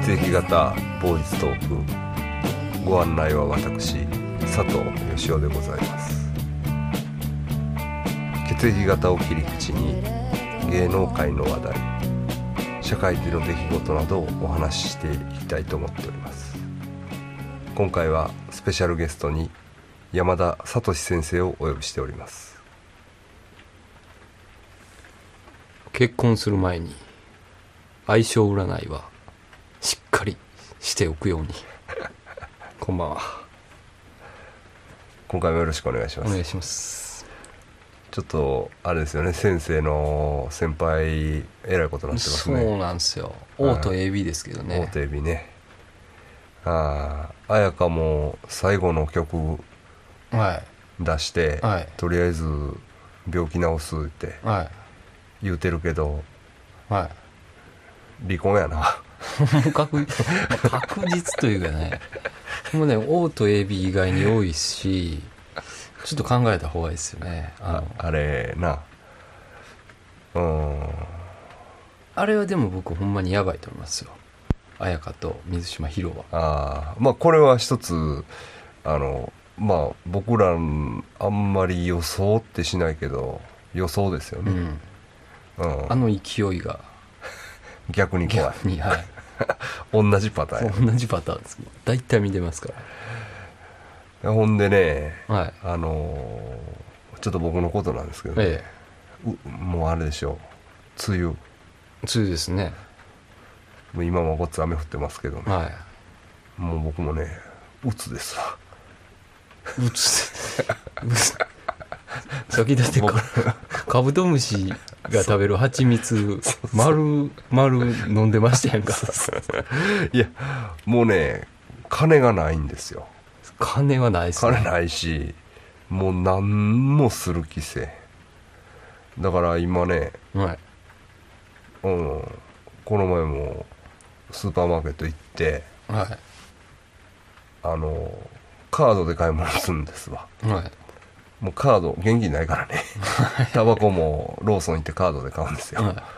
血液型ボーイズトーク、ご案内は私佐藤義雄でございます。血液型を切り口に芸能界の話題、社会での出来事などをお話ししていきたいと思っております。今回はスペシャルゲストに山田聡先生をお呼びしております。 結婚する前に相性占いはしっかりしておくように。こんばんは。 今回もよろしくお願いします。 お願いします。 ちょっとあれですよね、先生の先輩えらいことになってますね。 そうなんですよ。O と AB ですけどね。 O と AB ね。綾香も最後の曲出して、 はい、 とりあえず病気治すって言うてるけど、 はい、 離婚やな。 確実というかね、もうね O と AB 以外に多いし、ちょっと考えた方がいいですよね。 あれな、 あれはでも僕ほんまにやばいと思いますよ、綾香と水島ヒロは。 まあこれは一つまあ僕らあんまり予想ってしないけど予想ですよね、 あの勢いが逆に怖い。 逆に、はい、 同じパターン。 同じパターンです。大体見てますから。ほんでね、 はい、 ちょっと僕のことなんですけど、ね、もうあれでしょう、梅雨ですね。 もう今もごっつ雨降ってますけどね、 はい、 もう僕もね鬱ですわ。 先だってカブトムシが食べる蜂蜜丸飲んでましたやんか。 いやもうね金がないんですよ。 金はないですね。 金ないし、もう何もする気せえ。だから今ね、 はい、 この前もスーパーマーケット行って、 はい、 カードで買い物するんですわ。 はい、 もうカード現金ないからね。タバコもローソン行ってカードで買うんですよ、 はい、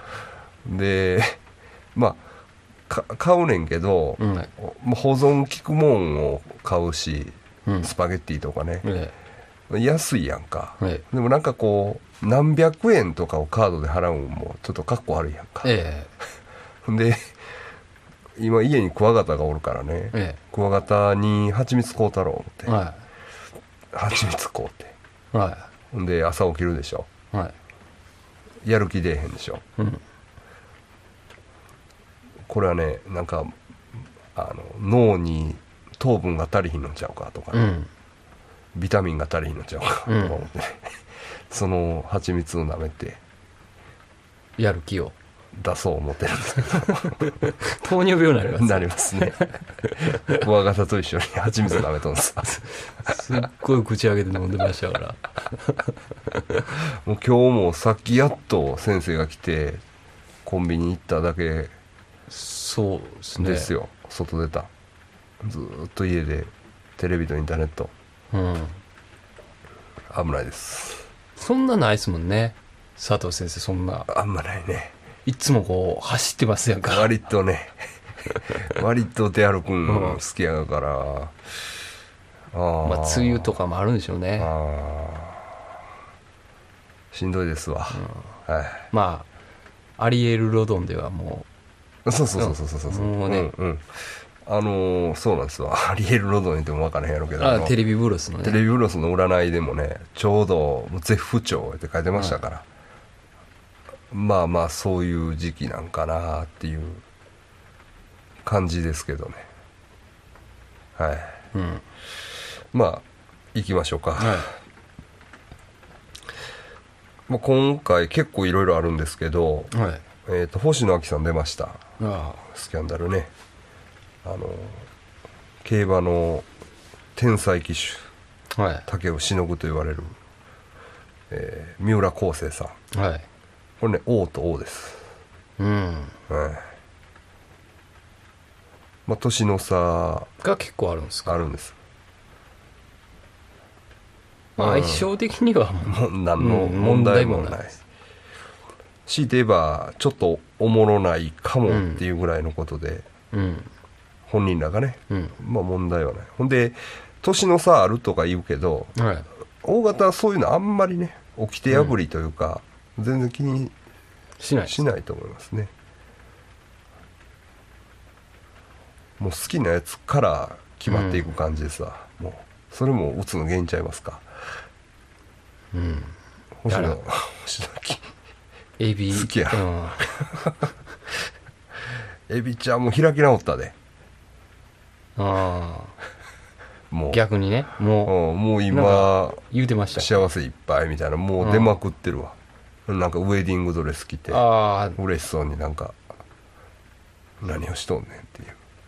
でまあ買うねんけど、 はい、 もう保存効くもんを買うし、スパゲッティとかね、安いやんか、でもなんかこう何百円とかをカードで払うんもちょっとかっこ悪いやんか、で今家にクワガタがおるからね、クワガタに蜂蜜買うたろう思って、蜂蜜買うて、で朝起きるでしょ、やる気出えへんでしょ、これはねなんか脳に糖分が足りひんのちゃうかとか、ビタミンが足りひんのちゃうかとか思って、その蜂蜜を舐めてやる気を出そう思ってるんですけど糖尿病になります。 なりますね。クワガタと一緒に蜂蜜舐めとんです。 すっごい口開けて飲んでましたからもう今日もさっきやっと先生が来てコンビニ行っただけ。 そうですね。 ですよ。外出た。ずーっと家でテレビとインターネット、危ないです。 そんなないですもんね、佐藤先生。そんなあんまないね。 いつもこう走ってますやんか。 割とね割と出歩くん好きやから、 まあ梅雨とかもあるんでしょうね。 しんどいですわ、はい、 まあアリエル・ロドンではもうそうもうね、そうなんですわ。アリエル・ロドンにでも分からへんやろうけど、 テレビブロスのね、 テレビブロスの占いでもね、ちょうど絶不調って書いてましたから、まあまあそういう時期なんかなっていう感じですけどね。はい、まあ行きましょうか。まあ、今回結構いろいろあるんですけど、星野亜紀さん出ました。スキャンダルね。競馬の天才騎手、竹をしのぐと言われる、三浦康生さん、これね O と O です。まあ、年の差が結構あるんですか。 あるんです。 相性的にはもう何の問題もない。強いて言えばちょっとおもろないかもっていうぐらいのことで、 本人らがね、 うん、 まあ問題はない。ほんで年の差あるとか言うけど、 はい、 大型はそういうのあんまりね、掟破りというか、全然気にしないと思いますね。もう好きなやつから決まっていく感じでさ、もうそれも打つの原因ちゃいますか。 うん、 星野エビ好きや、エビちゃんも開き直ったで。 ああ、 もう逆にね、もう今言うてました、 幸せいっぱいみたいな、もう出まくってるわ。なんかウェディングドレス着て嬉しそうに、なんか何をしとんねんっていう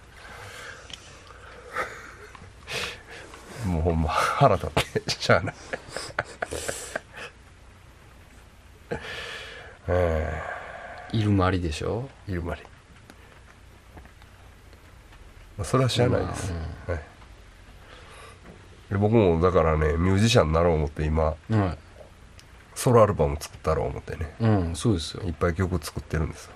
、もうほんま腹立ってしゃあないイルマリでしょ、 イルマリ、まあ、それはしゃあないです、はい、で僕もだからね、ミュージシャンになろう思って今、 はい、 ソロアルバム作ったろう思ってね、 うん、そうですよ、 いっぱい曲作ってるんですよ。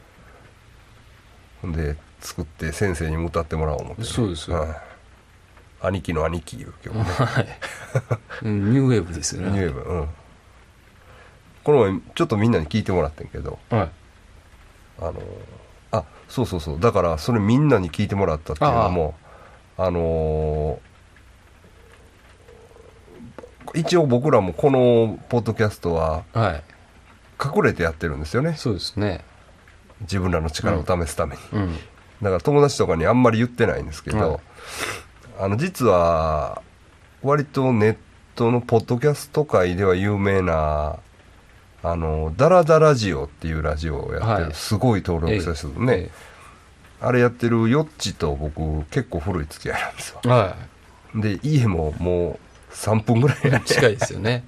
ほんで作って先生にも歌ってもらおう思って、ね、 そうですよ、はい、 兄貴の兄貴いう曲ね、 はい、ニューウェーブですよね、 ニューウェーブ、うん、この前ちょっとみんなに聞いてもらってんけど、 はい、 そうそうそう、だからそれみんなに聞いてもらったっていうのも、一応僕らもこのポッドキャストは隠れてやってるんですよね、 そうですね、 自分らの力を試すために、 うん、 だから友達とかにあんまり言ってないんですけど、実は割とネットのポッドキャスト界では有名なダラダラジオっていうラジオをやってる、すごい登録者数ね、あれやってるヨッチと僕結構古い付き合いなんですよ、 はい、 で家ももう3分ぐらいやね近いですよね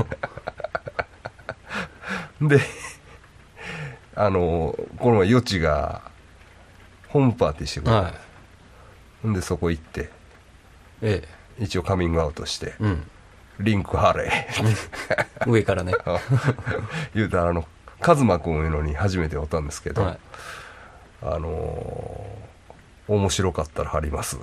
でこの前ヨッチがホームパーティーしてくれた、はい、でそこ行って、一応カミングアウトして、うん、リンク貼れ上からね言うたらカズマ君いうのに初めて会ったんですけど、はい、面白かったら貼ります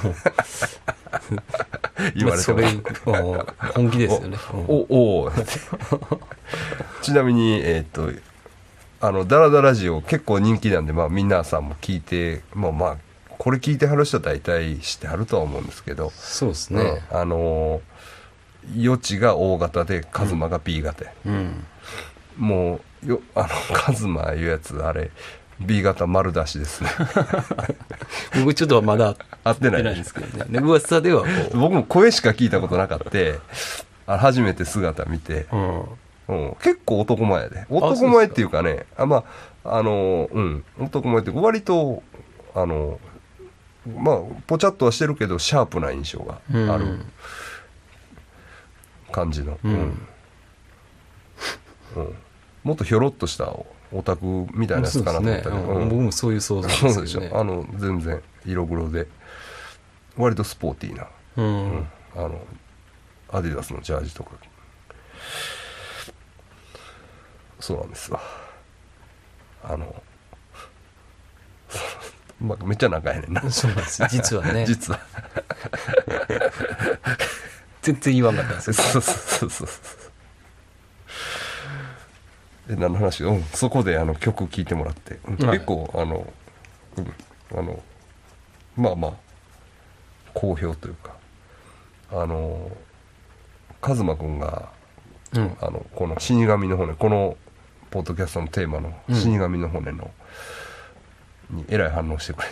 言われても本気ですよねおちなみにダラダラジオ結構人気なんで、まあ皆さんも聞いて、まあこれ聞いてはる人は大体知ってはるとは思うんですけど、 そうですね、 余地が O 型でカズマが B 型、うん、もうカズマいうやつあれ B 型丸出しですね僕ちょっとまだ会ってないですけどね、噂では僕も声しか聞いたことなかった初めて姿見て、結構男前やで、男前っていうかね、男前って割とまあぽちゃっとはしてるけどシャープな印象がある感じの、もっとひょろっとしたオタクみたいなやつかなと思ったけど、 僕もそういう想像ですけどね。そうでしょ、全然色黒で割とスポーティーな、アディダスのジャージとか、そうなんですわ。めっちゃ仲やねんな。 そうなんです、実はね実は全然言わなかったんですよ。 そうで何の話、そこで曲聴いてもらって、結構まあまあ好評というか、カズマくんが、この死神の骨、このポッドキャストのテーマの死神の骨の、にえらい反応してくれ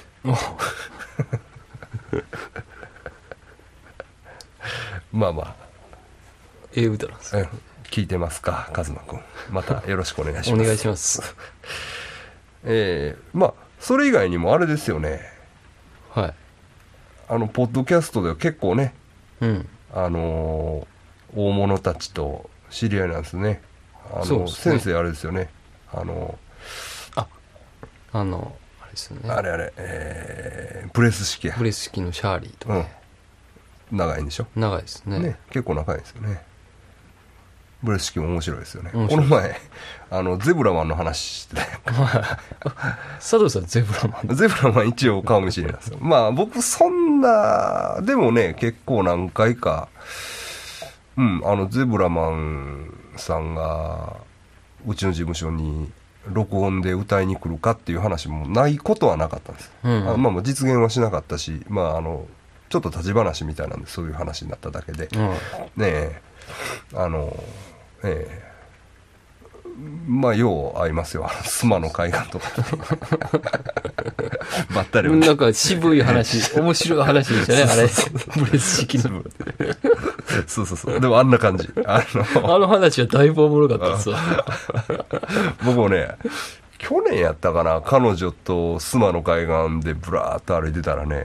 まあまあ歌なんですね。 聞いてますか、カズマくん、またよろしくお願いしますお願いしますまあそれ以外にもあれですよね、 はい、 ポッドキャストでは結構ね、大物たちと知り合いなんですね。先生あれですよね、あれですよね、 あれ、プレス式のシャーリーとか、 長いんでしょ。 長いですね。 結構長いですよね。 ブレス式も面白いですよね。この前ゼブラマンの話してたやんか。 佐藤さんゼブラマン。 ゼブラマン一応顔見知りなんですよ。まあ僕そんなでもね結構何回かゼブラマンさんがうちの事務所に録音で歌いに来るかっていう話もないことはなかったんです、まあ実現はしなかったし、まあちょっと立ち話みたいなんでそういう話になっただけで、ねえまあよう合いますよ、須磨の海岸とかばったりなんか渋い話、面白い話でしたね、あれブレス式のそうでもあんな感じあの話はだいぶおもろかったですわ僕もね去年やったかな、彼女と須磨の海岸でブラーっと歩いてたらね、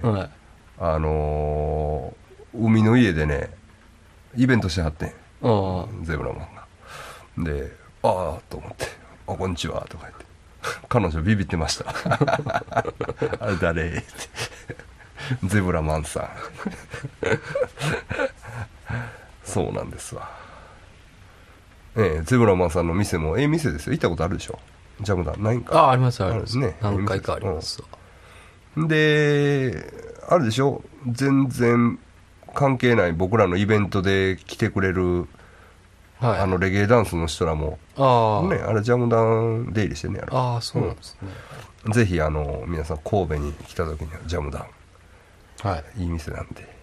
海の家でねイベントしてはってん、ゼブラマンがで、ああと思って「あこんにちは」とか言って彼女ビビってましたあれ誰ってゼブラマンさんそうなんですわ。ゼブラマンさんの店も店ですよ。行ったことあるでしょ、ジャムダン。ないんか。 ありますありますね、何回かありますわ。 であるでしょ、全然関係ない僕らのイベントで来てくれる、レゲエダンスの人らもね、あれジャムダン出入りしてんねやろ。 そうなんですね、 ぜひ皆さん神戸に来た時にはジャムダン、いい店なんで。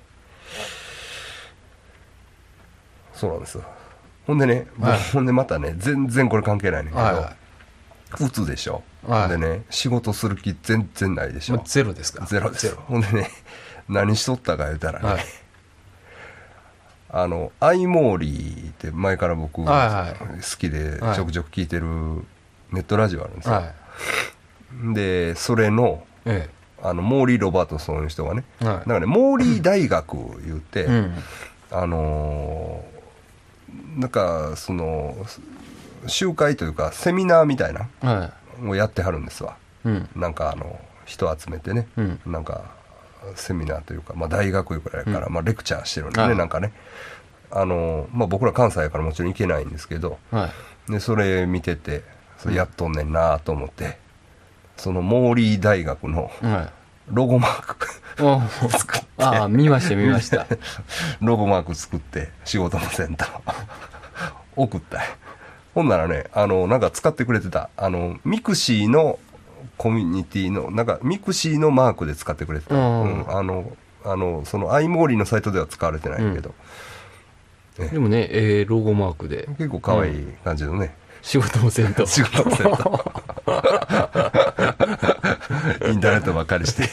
そうなんですよ。ほんでね、ほんでまたね全然これ関係ないねんけど、鬱でしょ、でね仕事する気全然ないでしょ。 ゼロですか。 ゼロです。ほんでね何しとったか言うたらね、アイモーリーって前から僕好きでちょくちょく聞いてるネットラジオあるんですよ、でそれの、モーリー・ロバートソンいう人がね、なんかねモーリー大学言うて、なんかその集会というかセミナーみたいなをやってはるんですわ、なんか人集めてね、なんかセミナーというか、まあ、大学いうくらいから、まあ、レクチャーしてるんでね、なんかねまあ、僕ら関西やからもちろん行けないんですけど、でそれ見ててそれやっとんねんなと思って、そのモーリー大学のロゴマーク作って見ましたロゴマーク作って仕事のセンター送ったよ。ほんならねなんか使ってくれてたミクシーのコミュニティのなんかミクシーのマークで使ってくれてた、そのアイモーリーのサイトでは使われてないけど、 でもねロゴマークで結構可愛い感じのね、 仕事のセンター仕事のセンターインターネットばっかりして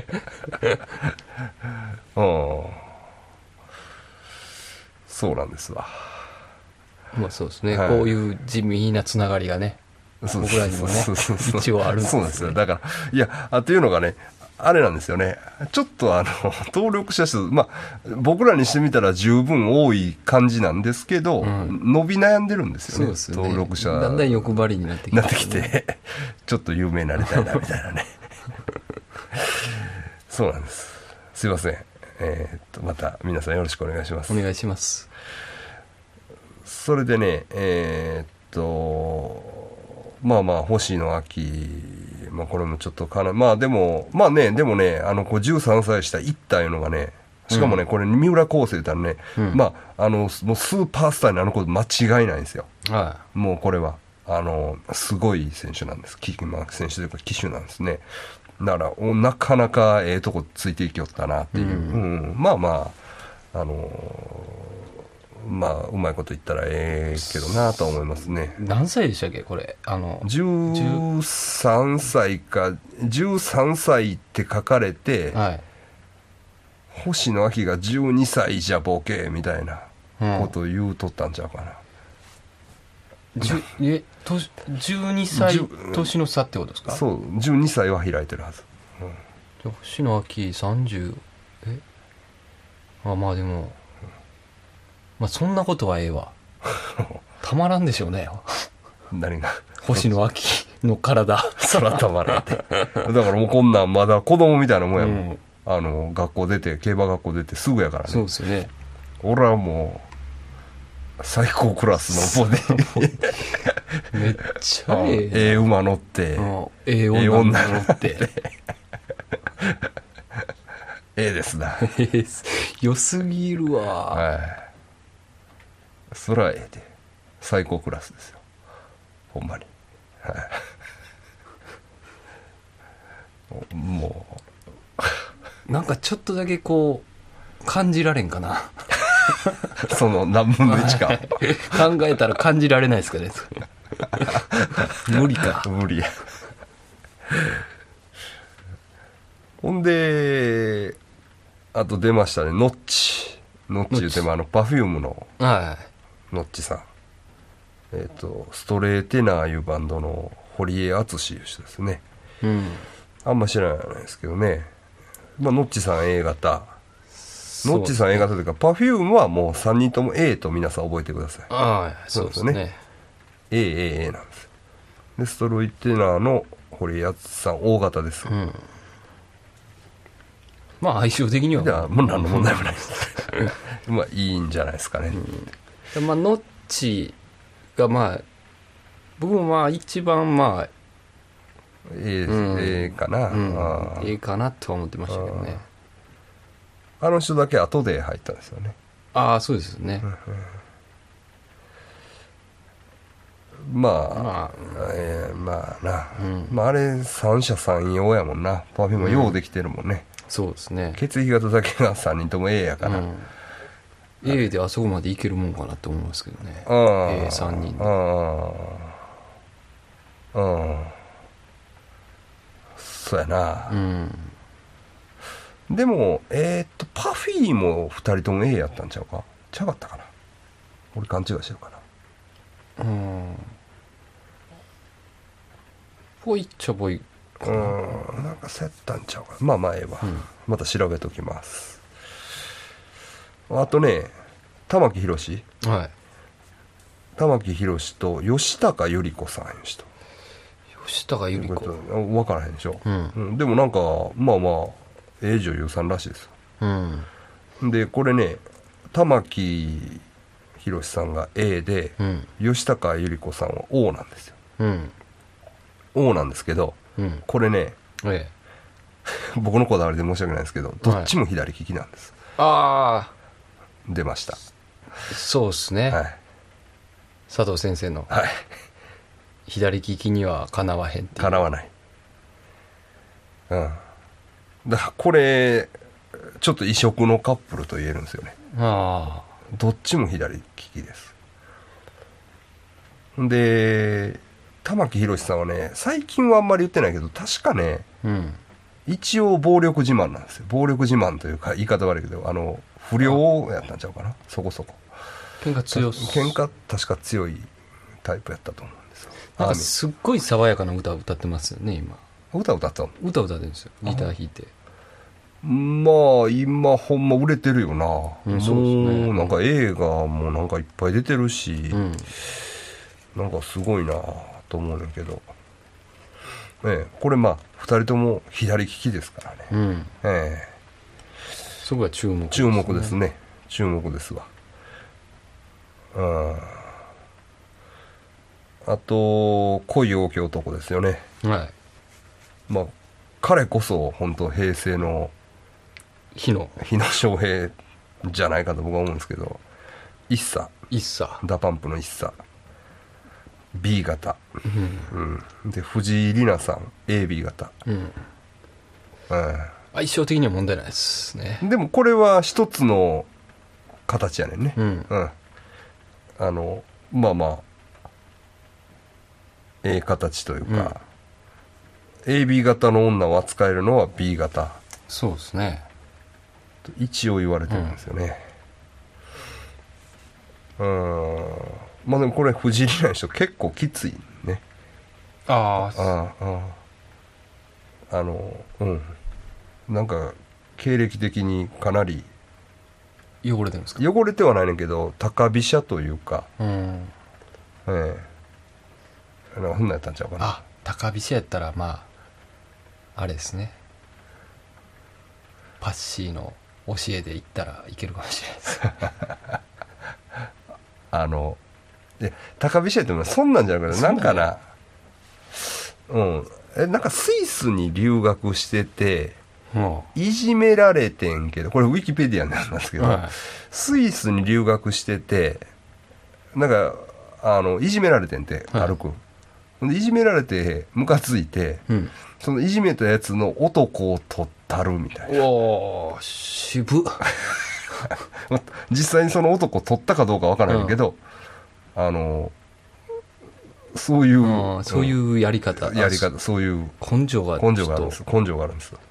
そうなんですわ。 まあそうですね、こういう地味なつながりがね僕らにもね一応あるんですそうなんですよ。だからいやというのがねあれなんですよね、ちょっと登録者数、まあ僕らにしてみたら十分多い感じなんですけど、伸び悩んでるんですよね。そうですよね、登録者だんだん欲張りになってきてちょっと有名になりたいなみたいなねそうなんです。すいません、また皆さんよろしくお願いします。 お願いします。 それでねまあまあ星野秋、まあこれもちょっとまあでもねこう13歳した一体いうのがね、しかもね、これ三浦康生言ったらね、まあもうスーパースターになること間違いないんですよ、もうこれはすごい選手なんです。選手というか騎手なんですね。だからなかなかとこついていきよったなっていう、まあまあまあうまいこと言ったらけどなと思いますね。 何歳でしたっけこれ 13歳か13歳って書かれて、星野秋が12歳じゃボケみたいなことを言うとったんちゃうかな。 12歳年の差ってことですか。 そう12歳は開いてるはず、 じゃあ星野秋30まあでもまあそんなことはわたまらんでしょうね何が星野秋の体そらたまらんってだからもうこんなんまだ子供みたいなもんやもん、学校出て競馬学校出てすぐやからね。 そうですよね。 俺はも最高クラスのボディめっちゃえええ馬乗って、 ええ女乗ってええですな。 良すぎるわ。 はい。そらええで最高クラスですよ、ほんまに。はい、もうなんかちょっとだけこう感じられんかなその何分の1か考えたら感じられないですかね無理か。 無理や。ほんであと出ましたね、ノッチ言うてもパフュームのノッチさん、ストレーテナーいうバンドの堀江敦いう人ですね。あんま知らないですけどね。まあノッチさん A 型、ノッチさん A 型というか、パフュームはもう3人とも A と皆さん覚えてください。 そうですね。 A なんです。でストロイテナーの堀江敦さん O 型です。 まあ相性的にはじゃあもう何の問題もないですまあいいんじゃないですかね。 まあノッチがまあ僕もまあ一番まあええかな、 ええかなとは思ってましたけどね。 あの人だけ後で入ったんですよね。 ああそうですね。 まあまあな、まああれ三者三様やもんな。パフュームようできてるもんね。 そうですね。 血液型だけが3人とも A やから、 A であそこまでいけるもんかなと思いますけどね。A3 人で。 そうやな。でもパフィーも2人とも A やったんちゃうか。ちゃうかったかな。俺勘違いしてるかな。 ぽいっちゃぽいかな。 なんかそうやったんちゃうかな。まあまあええわ、また調べときます。あとね、玉木宏、玉木宏と吉高由里子さんいう人。 吉高由里子分からへんでしょ、でもなんかまあまあええ女優さんらしいですよ。でこれね、玉木宏さんが A で、吉高由里子さんは O なんですよ。O なんですけど、これね、僕のこだわりで申し訳ないですけど、どっちも左利きなんです。出ました。 そうですね、佐藤先生の、左利きにはかなわへんっていう。 かなわない。だからこれちょっと異色のカップルと言えるんですよね。どっちも左利きです。で玉木宏さんはね、最近はあんまり言ってないけど、確かね、一応暴力自慢なんですよ。暴力自慢というか言い方悪いけど、不良やったんちゃうかな。そこそこ喧嘩確か強いタイプやったと思うんですよ。 なんかすっごい爽やかな歌を歌ってますよね今。 歌歌ってるんですよ、ギター弾いて。 まあ今ほんま売れてるよな。 そうですね。 なんか映画もなんかいっぱい出てるし、なんかすごいなと思うねんけど、これまあ2人とも左利きですからね。 そこが注目ですね。注目ですわ。あと恋多き男ですよね。まあ彼こそ本当平成の日野翔平じゃないかと僕は思うんですけど、一茶ダパンプの一茶 B 型、で藤井里奈さん AB 型、 相性的には問題ないですね。 でもこれは一つの形やねんね。まあまあ形というか、AB 型の女を扱えるのは B 型。 そうですね。 一応言われてるんですよね。まあでもこれ藤井里奈の人結構きついね。なんか経歴的にかなり汚れてるんですか。 汚れてはないねんけど高飛車というか、そんなんやったんちゃうかな。 高飛車やったらまああれですね、パッシーの教えで行ったらいけるかもしれないです高飛車ってもそんなんじゃなくて、なんかな、なんかスイスに留学してて、いじめられてんけど、これウィキペディアなんですけど、スイスに留学してて、なんかいじめられてんて、歩く。でいじめられてムカついて、そのいじめたやつの男を取ったるみたいな。 おー、渋っ。 実際にその男を取ったかどうかわからないけど、そういう、 そういうやり方、 そういう根性があるんです。 根性があるんですよ。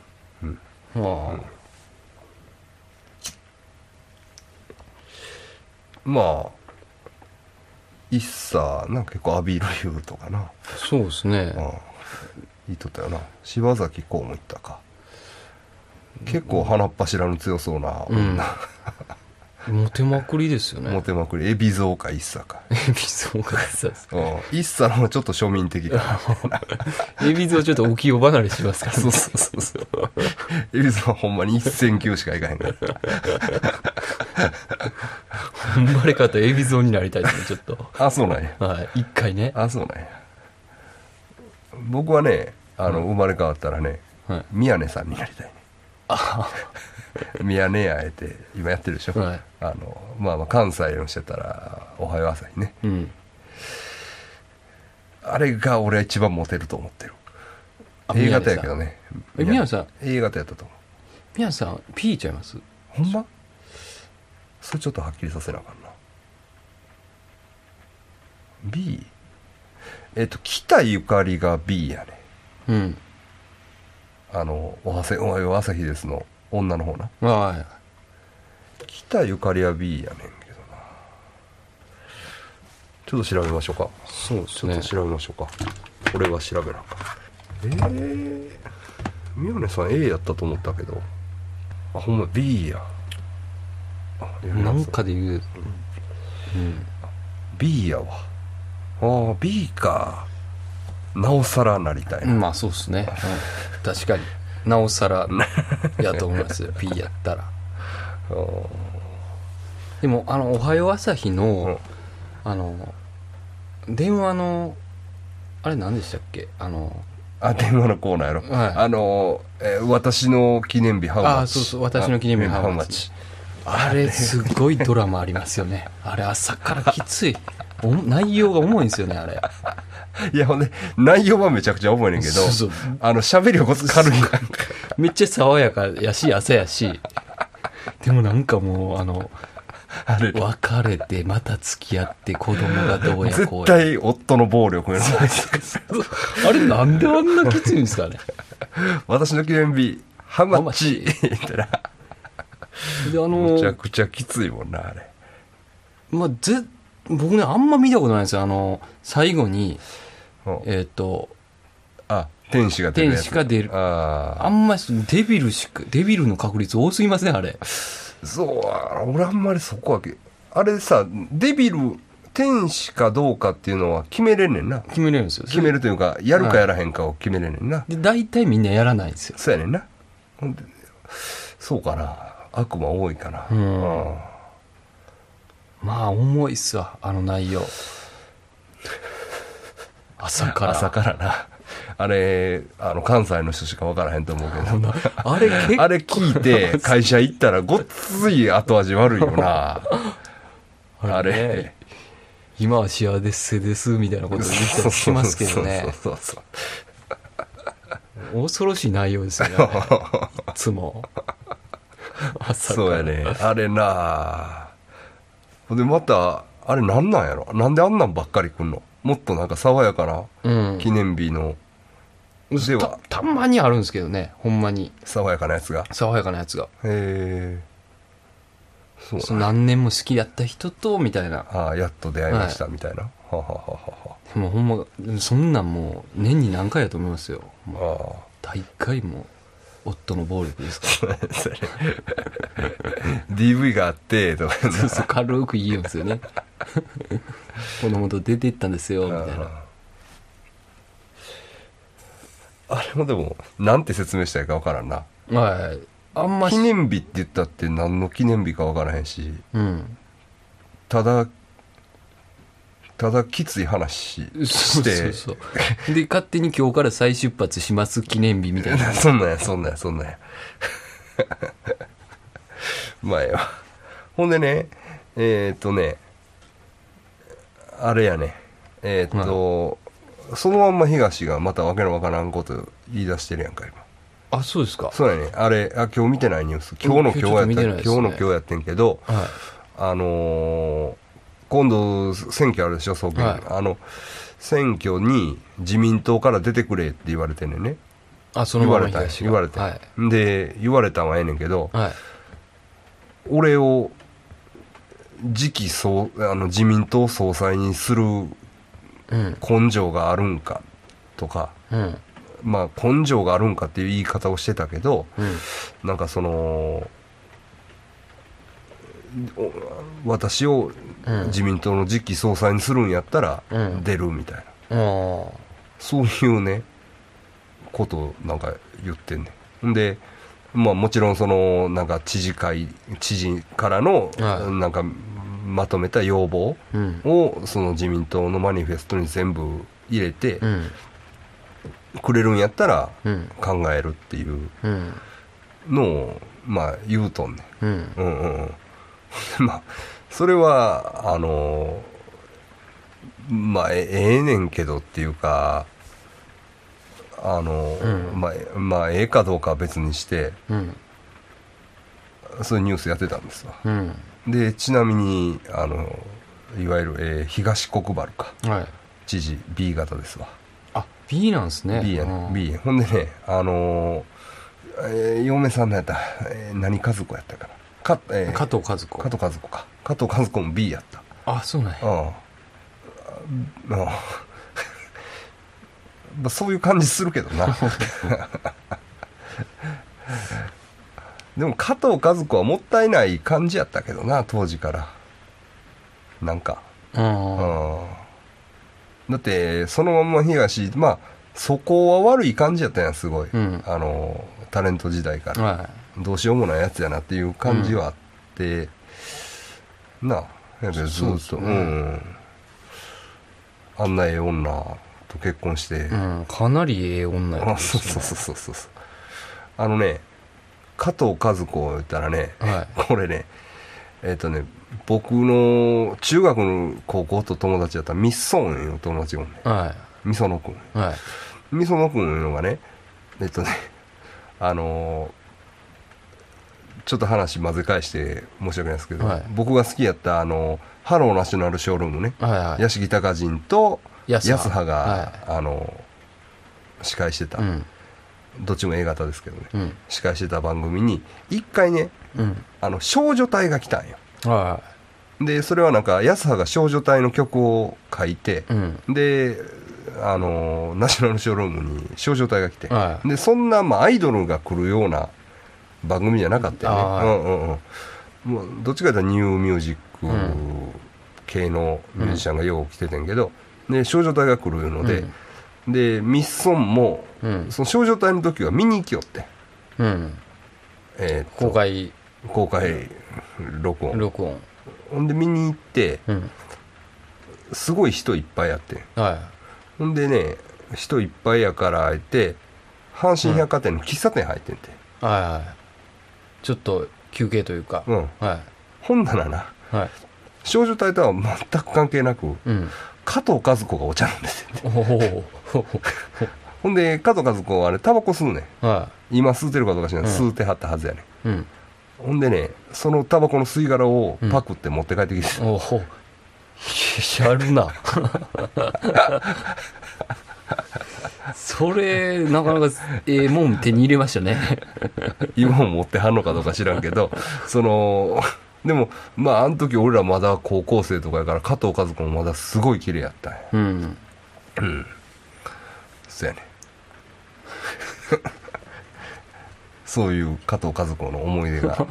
まあ一茶なんか結構浴びる言うとかな。 そうですね。 言いとったよな。柴咲コウも言ったか。結構鼻っ柱の強そうな女。 モテまくりですよね。 モテまくり。海老蔵か一茶か。 海老蔵か一茶です。 一茶の方ちょっと庶民的か。 海老蔵ちょっと浮世離れしますからね。 そう海老蔵はほんまに1000球しかいかへんから。 生まれ変わったら海老蔵になりたいですね、ちょっと。 あ、そうなんや。 はい、一回ね。 あ、そうなんや。僕はね、生まれ変わったらね、宮根さんになりたいね。宮根あえて今やってるでしょ、まあ関西のしてたらおはよう朝日ね、あれが俺は一番モテると思ってる。A 型やけどね。 宮根さん A 型やったと思う。 宮根さん P ちゃいます？ ほんま？それちょっとはっきりさせなあかんな。B？北ゆかりが B やね。おはよう朝日ですの女の方な。北ゆかりは B やねんけどな。ちょっと調べましょうか。 そうですね。 ちょっと調べましょうか。これは調べなあかん。宮根さん A やったと思ったけど、あ、ほんま B や。 なんかで言う、 B やわ。B か。なおさらなりたいな。 まあそうですね。確かになおさらやと思いますよ。P やったら。でもおはよう朝日の、電話のあれ何でしたっけ、 電話のコーナーやろ、私の記念日ハウマッチ。 そうそう、私の記念日ハウマッチ。あれすごいドラマありますよね。あれ朝からきつい。内容が重いんですよね、あれ。 いや、ほんで内容はめちゃくちゃ重いねんけど、喋りはごつ軽い。 めっちゃ爽やかやし朝やし、でもなんかもう別れてまた付き合って子供がどうやこうや、 絶対夫の暴力やな。 あれなんであんなきついんですかね。 私の記念日ハウマッチ言ったらめちゃくちゃきついもんな、あれ。 僕ねあんま見たことないんですよ。最後に天使が出るやつ。 天使が出る。あんまりデビルの確率多すぎません、あれ。 そう、俺あんまりそこはあれさ、デビル天使かどうかっていうのは決めれんねんな。 決めれるんですよ。 決めるというか、やるかやらへんかを決めれんねんな。 で大体みんなやらないんですよ。 そうやねんな。そうかな、悪魔多いかな。 まあ重いっすわ、内容。朝からな。あれ関西の人しか分からへんと思うけどあれ聞いて会社行ったらごっつい後味悪いよな。あれ今は幸せですみたいなこと言ったりしますけどね。恐ろしい内容ですよね、いつも朝から。 そうやね、あれな。でまたあれなんなんやろ、なんであんなんばっかり来んの。もっとなんか爽やかな記念日の、ではたまにあるんですけどね、ほんまに爽やかなやつが。 へえ。 そう、何年も好きだった人とみたいな。 やっと出会いましたみたいな。でもほんまそんなんもう年に何回やと思いますよ。大会も夫の暴力ですから。 DV があってとかそう軽く言うんですよね。子供と出て行ったんですよみたいな。 あれもでもなんて説明したいか分からんな。 あんま記念日って言ったって何の記念日か分からへんし、ただただきつい話してで勝手に今日から再出発します記念日みたいなそんなんやまあよほんでねあれやねそのまんま東がまたわけのわからんこと言い出してるやんか今。 あ、そうですか。 そうやね。あれ今日見てないニュース、今日やってんけど、今度選挙あるでしょ、総研、選挙に自民党から出てくれって言われてんねんね。 そのまま言われて、で言われたんはええねんけど、俺を自民党総裁にする根性があるんかとか、まあ根性があるんかっていう言い方をしてたけど、なんか私を自民党の次期総裁にするんやったら出るみたいな、そういうねことをなんか言ってんねん。でまあもちろんなんか知事からのなんかまとめた要望をその自民党のマニフェストに全部入れてくれるんやったら考えるっていうのをまあ言うとんねん。まあそれはまあええねんけどっていうかまあええかどうかは別にして、そういうニュースやってたんですわ。でちなみにいわゆる、東国原か、知事 B 型ですわ。 B なんですね。 B やね。B ほんでね嫁さんのやった、何和子やったかな、加藤和子か。加藤和子も B やった。 そうなんや。 まあ、そういう感じするけどなでも加藤和子はもったいない感じやったけどな、当時からなんかだってそのまま東、まあそこは悪い感じやったんや、すごい、タレント時代から、どうしようもないやつやなっていう感じはあって、なあやけどずっと、あんなええ女と結婚して、 かなりええ女やったですね。 そう加藤和子言ったらね、これね僕の中学の高校と友達だったらミッソンいう友達がおんねん、みそのくん、みそのくんいうのがねちょっと話混ぜ返して申し訳ないですけど、僕が好きやったハローナショナルショールームね、屋敷隆人と安葉が、司会してた、どっちも A 型ですけどね、司会してた番組に一回ね、少女隊が来たんよ。でそれはなんか安葉が少女隊の曲を書いて、でナショナルショールームに少女隊が来て、でそんな、まあ、アイドルが来るような番組じゃなかったよね。もうどっちかというとニューミュージック系のミュージシャンがよう来ててんけど、で少女隊が来るので、でミッソンも、その少女隊の時は見に行きよって、 公開録音ほんで見に行って、すごい人いっぱいやって、ほんでね人いっぱいやからあえて阪神百貨店の喫茶店入ってんて、 ちょっと休憩というか、 ほんならな、少女隊とは全く関係なく、加藤和子がお茶飲んでてほんで加藤和子はあれタバコ吸うねん、今吸うてるかどうか知らない、吸うてはったはずやねん、ほんでねそのタバコの吸い殻をパクって持って帰ってきて、 やるなそれなかなかもん手に入れましたね今も持ってはんのかどうか知らんけどでもまああの時俺らまだ高校生とかやから加藤和子もまだすごい綺麗やったんや。そうやねそういう加藤和子の思い出が、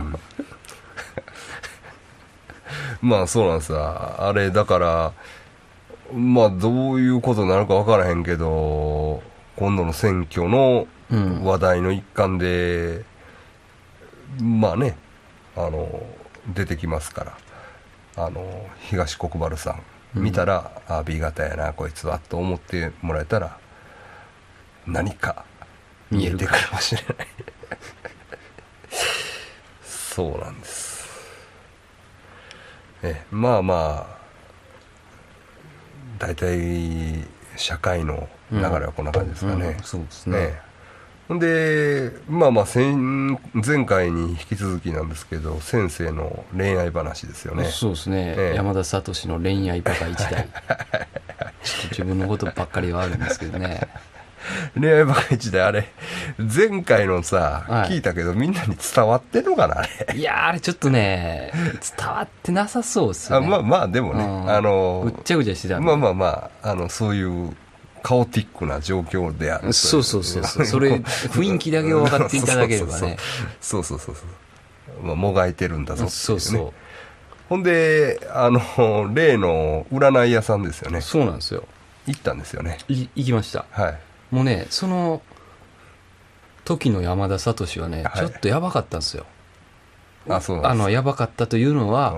まあそうなんさ、あれだからまあどういうことになるか分からへんけど、今度の選挙の話題の一環で、まあね出てきますから、東国原さん見たら、あ B 型やなこいつはと思ってもらえたら何か見えてくるかもしれないそうなんです。まあまあ大体社会の流れはこんな感じですかね。 そうですね。 でまあまあ前回に引き続きなんですけど、先生の恋愛話ですよね。 そうですね、山田聡の恋愛バカ一代ちょっと自分のことばっかりはあるんですけどね恋愛バカ一代、あれ前回のさ、聞いたけどみんなに伝わってんのかなあれ。 いやあれちょっとね伝わってなさそうですよね。 まあまあでもね、 ぐっちゃぐちゃしてたんで、まあまあそういうカオティックな状況である。 そうそれ雰囲気だけを分かっていただければねそう、まあ、もがいてるんだぞっていうね。 そうほんで例の占い屋さんですよね。 そうなんですよ。 行ったんですよね。 行きました。もうねその時の山田聡はね、ちょっとやばかったんですよ。 そうなんです。 やばかったというのは、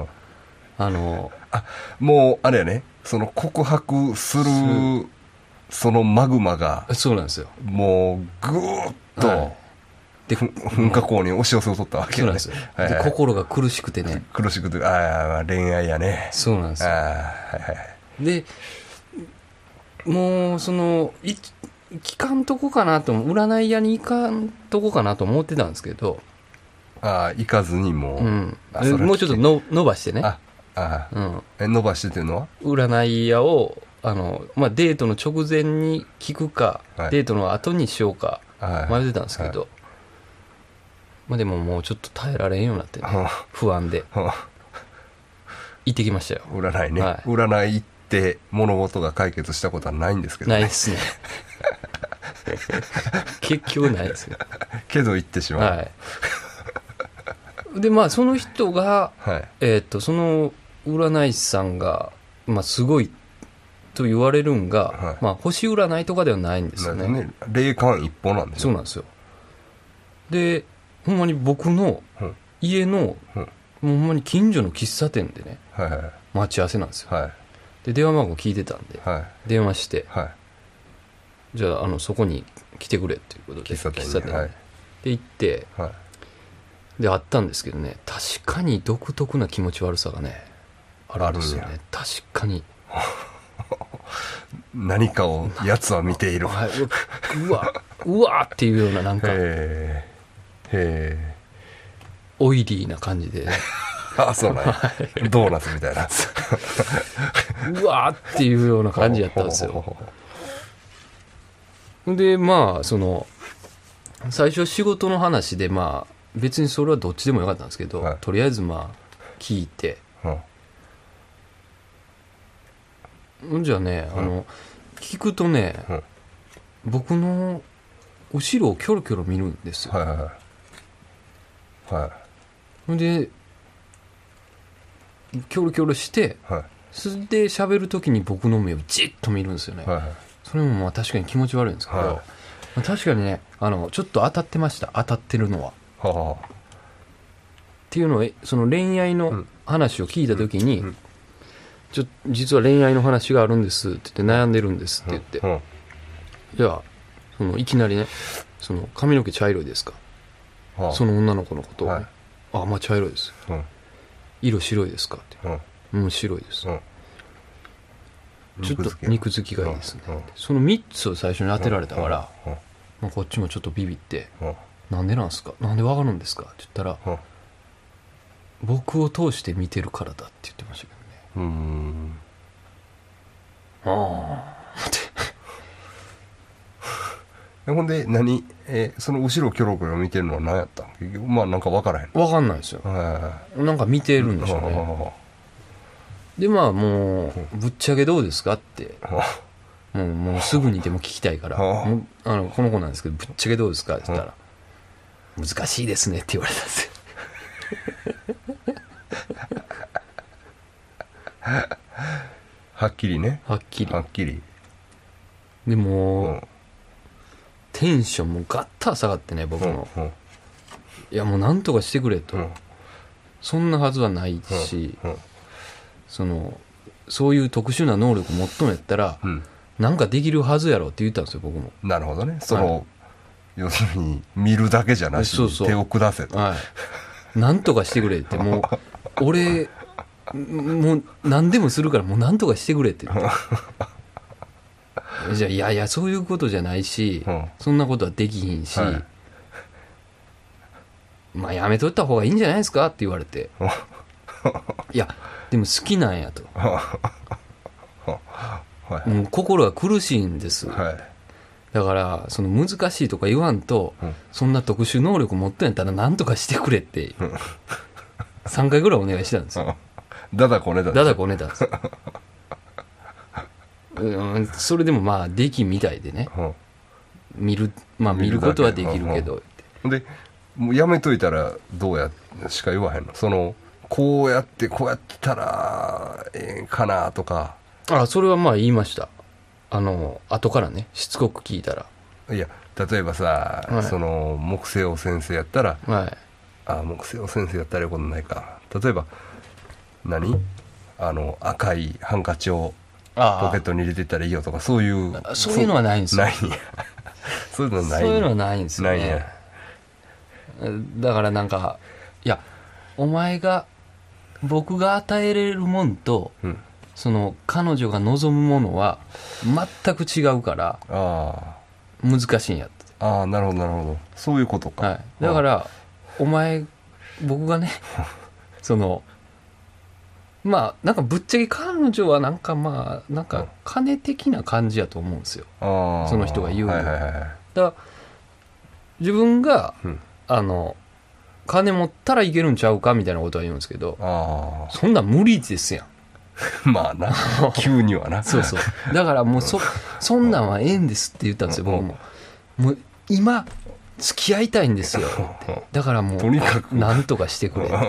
もうあれやね、その告白するそのマグマがそうなんですよ。 もうぐーっと、で噴火口に押し寄せを取ったわけよね。 そうなんですよ。で心が苦しくてね。 苦しくて、恋愛やね。 そうなんですよ。でもうその聞かんとこかなと、占い屋に行かんとこかなと思ってたんですけど、 行かずにもう、もうちょっと伸ばしてね。 伸ばしてっていうのは占い屋をデートの直前に聞くか、デートの後にしようか迷ってたんですけど、でももうちょっと耐えられんようになってね、不安で行ってきましたよ。 占いね。占い行って物事が解決したことはないんですけどね。 ないですね結局ないですよけど行ってしまう。でその人が、その占い師さんが、すごいと言われるんが、星占いとかではないんですよね。 霊感一歩なんですよ。 そうなんですよ。でほんまに僕の家の、ほんまに近所の喫茶店でね、待ち合わせなんですよ。で電話番号聞いてたんで、電話して、じゃあそこに来てくれっていうことで喫茶店で行って、で会ったんですけどね、確かに独特な気持ち悪さがねあるんですよね。確かに何かを奴は見ているうわっていうような、なんかオイリーな感じで、 そうなんやドーナツみたいなうわっていうような感じやったんですよ。でその最初仕事の話で別にそれはどっちでもよかったんですけど、とりあえず聞いて、じゃあね聞くとね、僕の後ろをキョロキョロ見るんですよ。でキョロキョロして、それで喋るときに僕の目をじっと見るんですよね。それも確かに気持ち悪いんですけど、確かにねちょっと当たってました。当たってるのは。っていうのをその恋愛の話を聞いたときに、実は恋愛の話があるんですって言って、悩んでるんですって言って、じゃあいきなりね、その髪の毛茶色いですか、その女の子のことを、茶色いです、色白いですかって、白いです、ちょっと肉付きがいいですね、その3つを最初に当てられたから、こっちもちょっとビビって、なんでなんですか、なんでわかるんですかって言ったら、僕を通して見てるからだって言ってましたけどね。 ほんでその後ろキョロキョロ見てるのは何やったん？なんか分からへん。 分かんないですよ。なんか見てるんでしょうね。でもうぶっちゃけどうですかって、もうすぐにでも聞きたいから、この子なんですけどぶっちゃけどうですかって言ったら、難しいですねって言われたんですよ。 はっきりね。 はっきり。でも、テンションもガッター下がってね、僕の。いやもうなんとかしてくれと。そんなはずはないし、そのそういう特殊な能力持っとんやったら、なんかできるはずやろって言ったんですよ、僕も。 なるほどね。要するに見るだけじゃなしに手を下せと。 なんとかしてくれって、もう俺もう何でもするからもうなんとかしてくれって言ってじゃあいやいやそういうことじゃないし、そんなことはできひんし、まあやめとった方がいいんじゃないですかって言われていやでも好きなんやともう心が苦しいんです、だからその難しいとか言わんと、そんな特殊能力持ってんやったら何とかしてくれって3回ぐらいお願いしたんですよ。 だだこねだんですそれでもまあできみたいでね、見ることはできるけど、 でもうやめといたらどうやしか言わへんの？こうやってたらええかなとか。 それはまあ言いました。後からね、しつこく聞いたら。 いや例えばさ、木星尾先生やったら、木星尾先生やったらよことないか。例えば赤いハンカチをポケットに入れてったらいいよとか、そういうのはないんですよ。 そういうのない。 そういうのはないんですよね。だからなんか、いや僕が与えれるもんと、彼女が望むものは全く違うから難しいんやって。 なるほどなるほど、そういうことか。 だから僕がねまあなんかぶっちゃけ彼女はなんか金的な感じやと思うんですよ、その人が言うの。だから自分が、金持ったらいけるんちゃうかみたいなことは言うんですけど、そんなん無理ですやんまあな急にはなそうだからもうそんなんはええんですって言ったんですよ、僕も。もう今付き合いたいんですよってだからもうとにかくなんとかしてくれ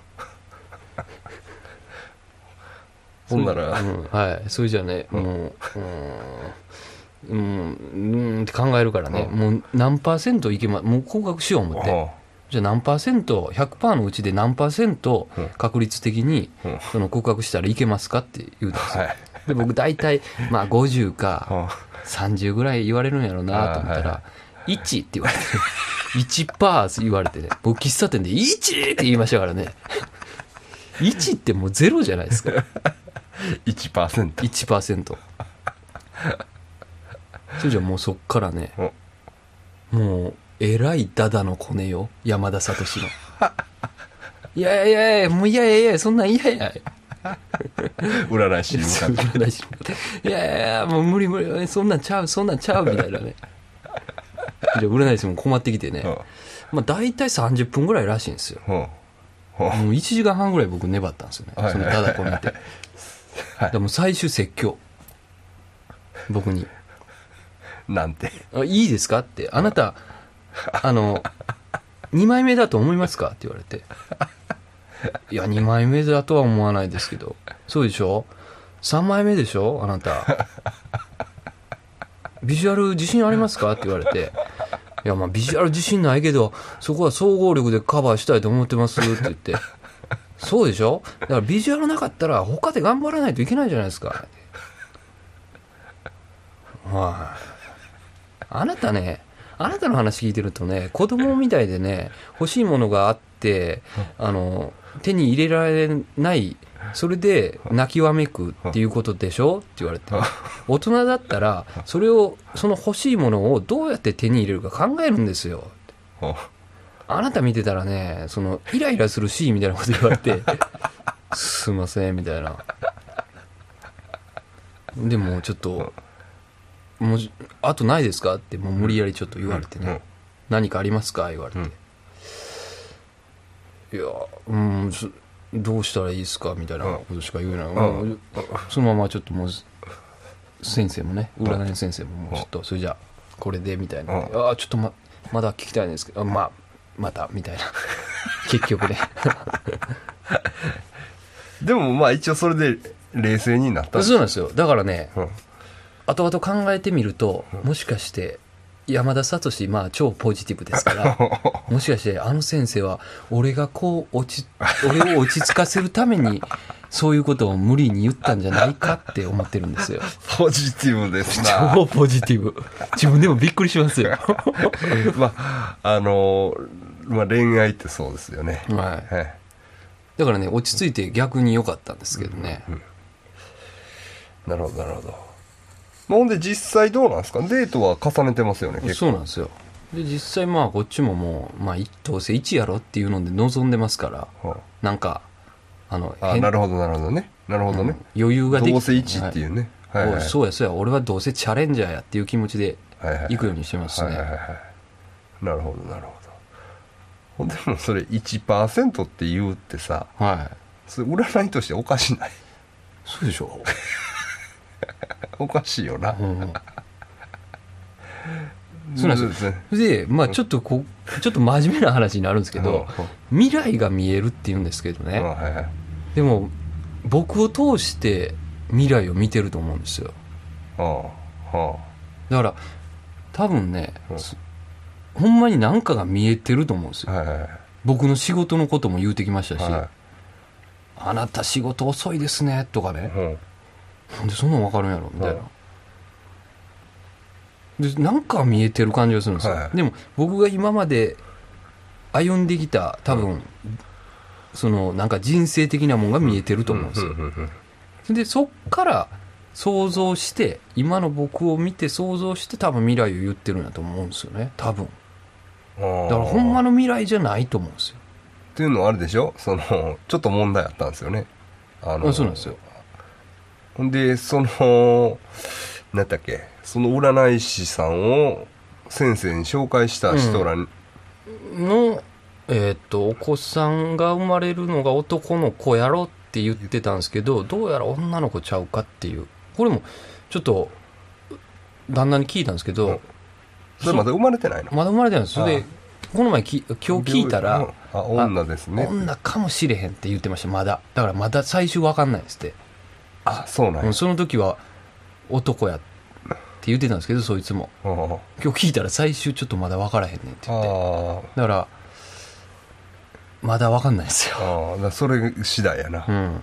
ほんならそれじゃあね、もうって考えるからね、もう何%いけもう告白しよう思って、じゃあ何%、100% のうちで何%確率的に告白したらいけますかって言うんですよ。で僕大体まあ50か30ぐらい言われるんやろうなと思ったら1って言われて1% 言われてね、僕喫茶店で1って言いましたからね1ってもうゼロじゃないですか1%それじゃもうそっからね、もうえらいダダのコネよ、山田聡のいやもういやそんなん嫌や占い師に向かっていやもう無理そんなんちゃうみたいなねじゃあ占い師も困ってきてね、まあ大体30分ぐらいらしいんですよ。もう1時間半ぐらい僕粘ったんですよね、そのダダコネってでも最終説教、僕になんていいですかって、あなた2枚目だと思いますかって言われていや2枚目だとは思わないですけど。そうでしょ、3枚目でしょあなた、ビジュアル自信ありますかって言われて、いやまあビジュアル自信ないけどそこは総合力でカバーしたいと思ってますって言ってそうでしょ、だからビジュアルなかったら他で頑張らないといけないじゃないですかあなたね、あなたの話聞いてるとね、子供みたいでね、欲しいものがあって手に入れられない、それで泣きわめくっていうことでしょって言われて、大人だったらその欲しいものをどうやって手に入れるか考えるんですよ。あなた見てたらね、イライラするシーンみたいなこと言われてすいませんみたいな。でもちょっともうあとないですかってもう無理やりちょっと言われてね、何かありますか言われて、いやどうしたらいいですかみたいなことしか言えない、そのままちょっともう先生もね、占いの先生ももうちょっとそれじゃあこれでみたいな、ちょっとまだ聞きたいんですけど、またみたいな結局ねでもまあ一応それで冷静になった。 そうなんですよ。だからね、後々考えてみると、もしかして山田聡、まあ超ポジティブですからもしかしてあの先生は俺を落ち着かせるためにそういうことを無理に言ったんじゃないかって思ってるんですよ。 ポジティブですな。 超ポジティブ。自分でもびっくりしますよ。 まあ恋愛ってそうですよね。 はい。だからね、落ち着いて逆に良かったんですけどね。 なるほどなるほど。ほんで実際どうなんですか？デートは重ねてますよね、結構。 そうなんですよ。で実際まあこっちももう、どうせ1やろっていうので望んでますから、なんかなるほどなるほどね。なるほどね。 余裕ができて、 どうせ1っていうね。 そうやそうや、俺はどうせチャレンジャーやっていう気持ちで行くようにしてますね。 なるほどなるほど。ほんでもそれ 1% って言うってさ、それ占いとしておかしない？ そうでしょ。 おかしいよな。 そうなんですよ。で、ちょっと真面目な話になるんですけど、未来が見えるって言うんですけどね。でも僕を通して未来を見てると思うんですよ。だから多分ね、ほんまに何かが見えてると思うんですよ。僕の仕事のことも言うてきましたし、あなた仕事遅いですねとかね、なんでそんなん分かるんやろみたいな。でなんか見えてる感じがするんですよ。でも僕が今まで歩んできた多分、そのなんか人生的なものが見えてると思うんですよ。でそっから想像して、今の僕を見て想像して多分未来を言ってるんだと思うんですよね、多分。だからほんまの未来じゃないと思うんですよ。 っていうのはあれでしょ、ちょっと問題あったんですよね。 そうなんですよ。 ほんで何だっけ、その占い師さんを先生に紹介した人らの、お子さんが生まれるのが男の子やろって言ってたんですけど、どうやら女の子ちゃうかっていう。これもちょっと旦那に聞いたんですけど、 それまだ生まれてないの？ まだ生まれてないんです。それでこの前今日聞いたら、 女ですね、 女かもしれへんって言ってました。まだだからまだ最終分かんないですって。 そうなんや。 その時は男やって言ってたんですけど、そいつも今日聞いたら最終ちょっとまだ分からへんねんって言って、だからまだ分かんないですよ。 だそれ次第やな。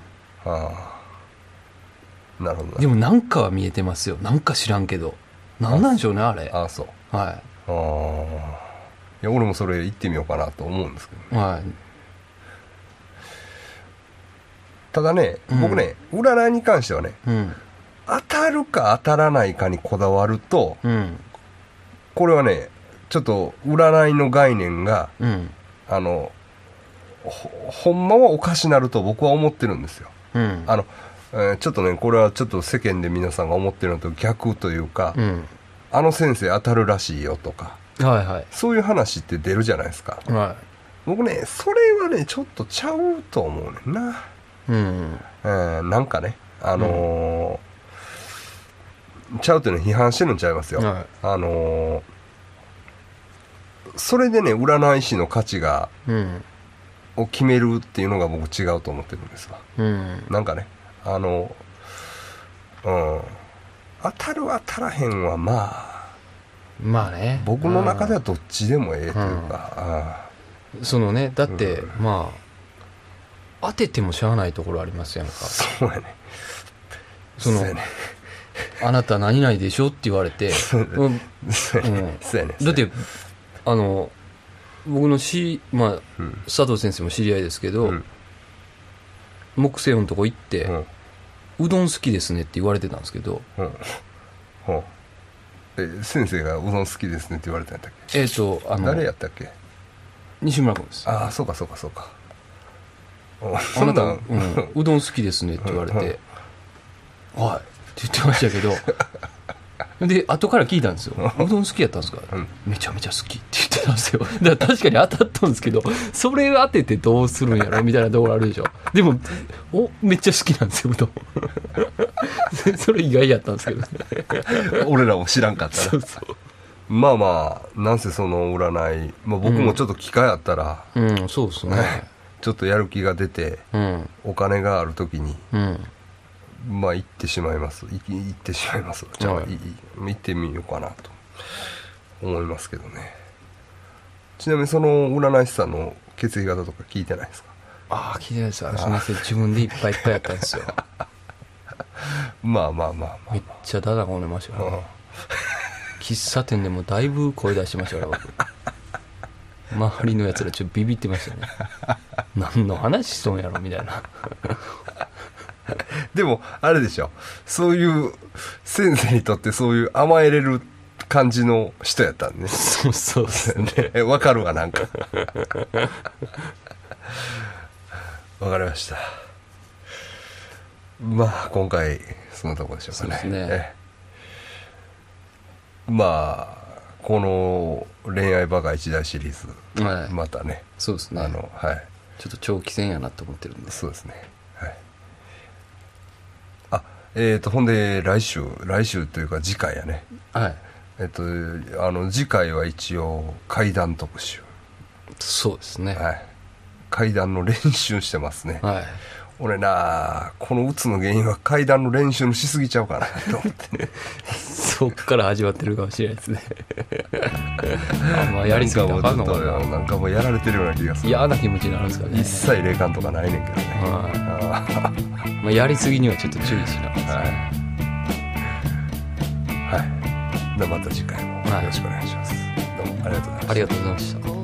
なるほど。 でもなんかは見えてますよ。なんか知らんけど、なんなんでしょうね、あれ。 そう。いや俺もそれ行ってみようかなと思うんですけど、ただね、僕ね、占いに関してはね、当たるか当たらないかにこだわると、これはね、ちょっと占いの概念が、ほんまはおかしなると僕は思ってるんですよ。ちょっとね、これはちょっと世間で皆さんが思ってるのと逆というか、あの先生当たるらしいよとか、そういう話って出るじゃないですか。僕ね、それはね、ちょっとちゃうと思うねんな。なんかね、ちゃうっていうのを批判してるんちゃいますよ。それでね、占い師の価値が、を決めるっていうのが僕違うと思ってるんですわ。なんかね、当たる当たらへんはまあね、 僕の中ではどっちでもええというか、 そのね、だって、当ててもしゃあないところありますやんか。 そうやね。 あなた何々でしょって言われて、だって僕の佐藤先生も知り合いですけど、木星のとこ行って、うどん好きですねって言われてたんですけど、 先生がうどん好きですねって言われたんだっけ？誰やったっけ？ 西村君です。 そうか。 あなた、うどん好きですねって言われて、はいって言ってましたけど、で後から聞いたんですよ。うどん好きやったんですか？めちゃめちゃ好きって言ってたんですよ。だから確かに当たったんですけど、それ当ててどうするんやろみたいなところあるでしょ。でもめっちゃ好きなんですよ、うどん。それ意外やったんですけどね。 俺らも知らんかったら。なんせその占い、僕もちょっと機会あったら、 そうですね、 ちょっとやる気が出て、お金があるときに、行ってしまいます。じゃあ、行ってみようかなと思いますけどね。ちなみにその占い師さんの血液型とか聞いてないですか？ ああ聞いてないです。すみません、自分でいっぱいいっぱいやったんですよ。 まあまあまあまあ、 めっちゃダダこねましたよ、喫茶店でもだいぶ声出してましたから僕。周りのやつらちょっとビビってましたね。何の話しとんやろみたいな。 でもあれでしょ、そういう先生にとってそういう甘えれる感じの人やったんね。 そうそうですね。 わかるわ、なんかわかりました。まあ今回そのところでしょうかね。 そうですね。 まあこの恋愛バカ一大シリーズ、 はい、 またね、 そうですね、 はい、 ちょっと長期戦やなと思ってるんで。 そうですね、はい。ほんで来週というか次回やね、 はい、 次回は一応怪談特集。 そうですね、 はい、怪談の練習してますね。 はい。 俺な、このうつの原因は怪談の練習のしすぎちゃうかなと思ってそっから始まってるかもしれないですね。あんまやりすぎたらあかんのかな。 なんかもうやられてるような気がする。 嫌な気持ちになるんですかね。 一切霊感とかないねんけどね。 まあやりすぎにはちょっと注意しながら。 はい。でまた次回もよろしくお願いします。どうもありがとうございました。 ありがとうございました。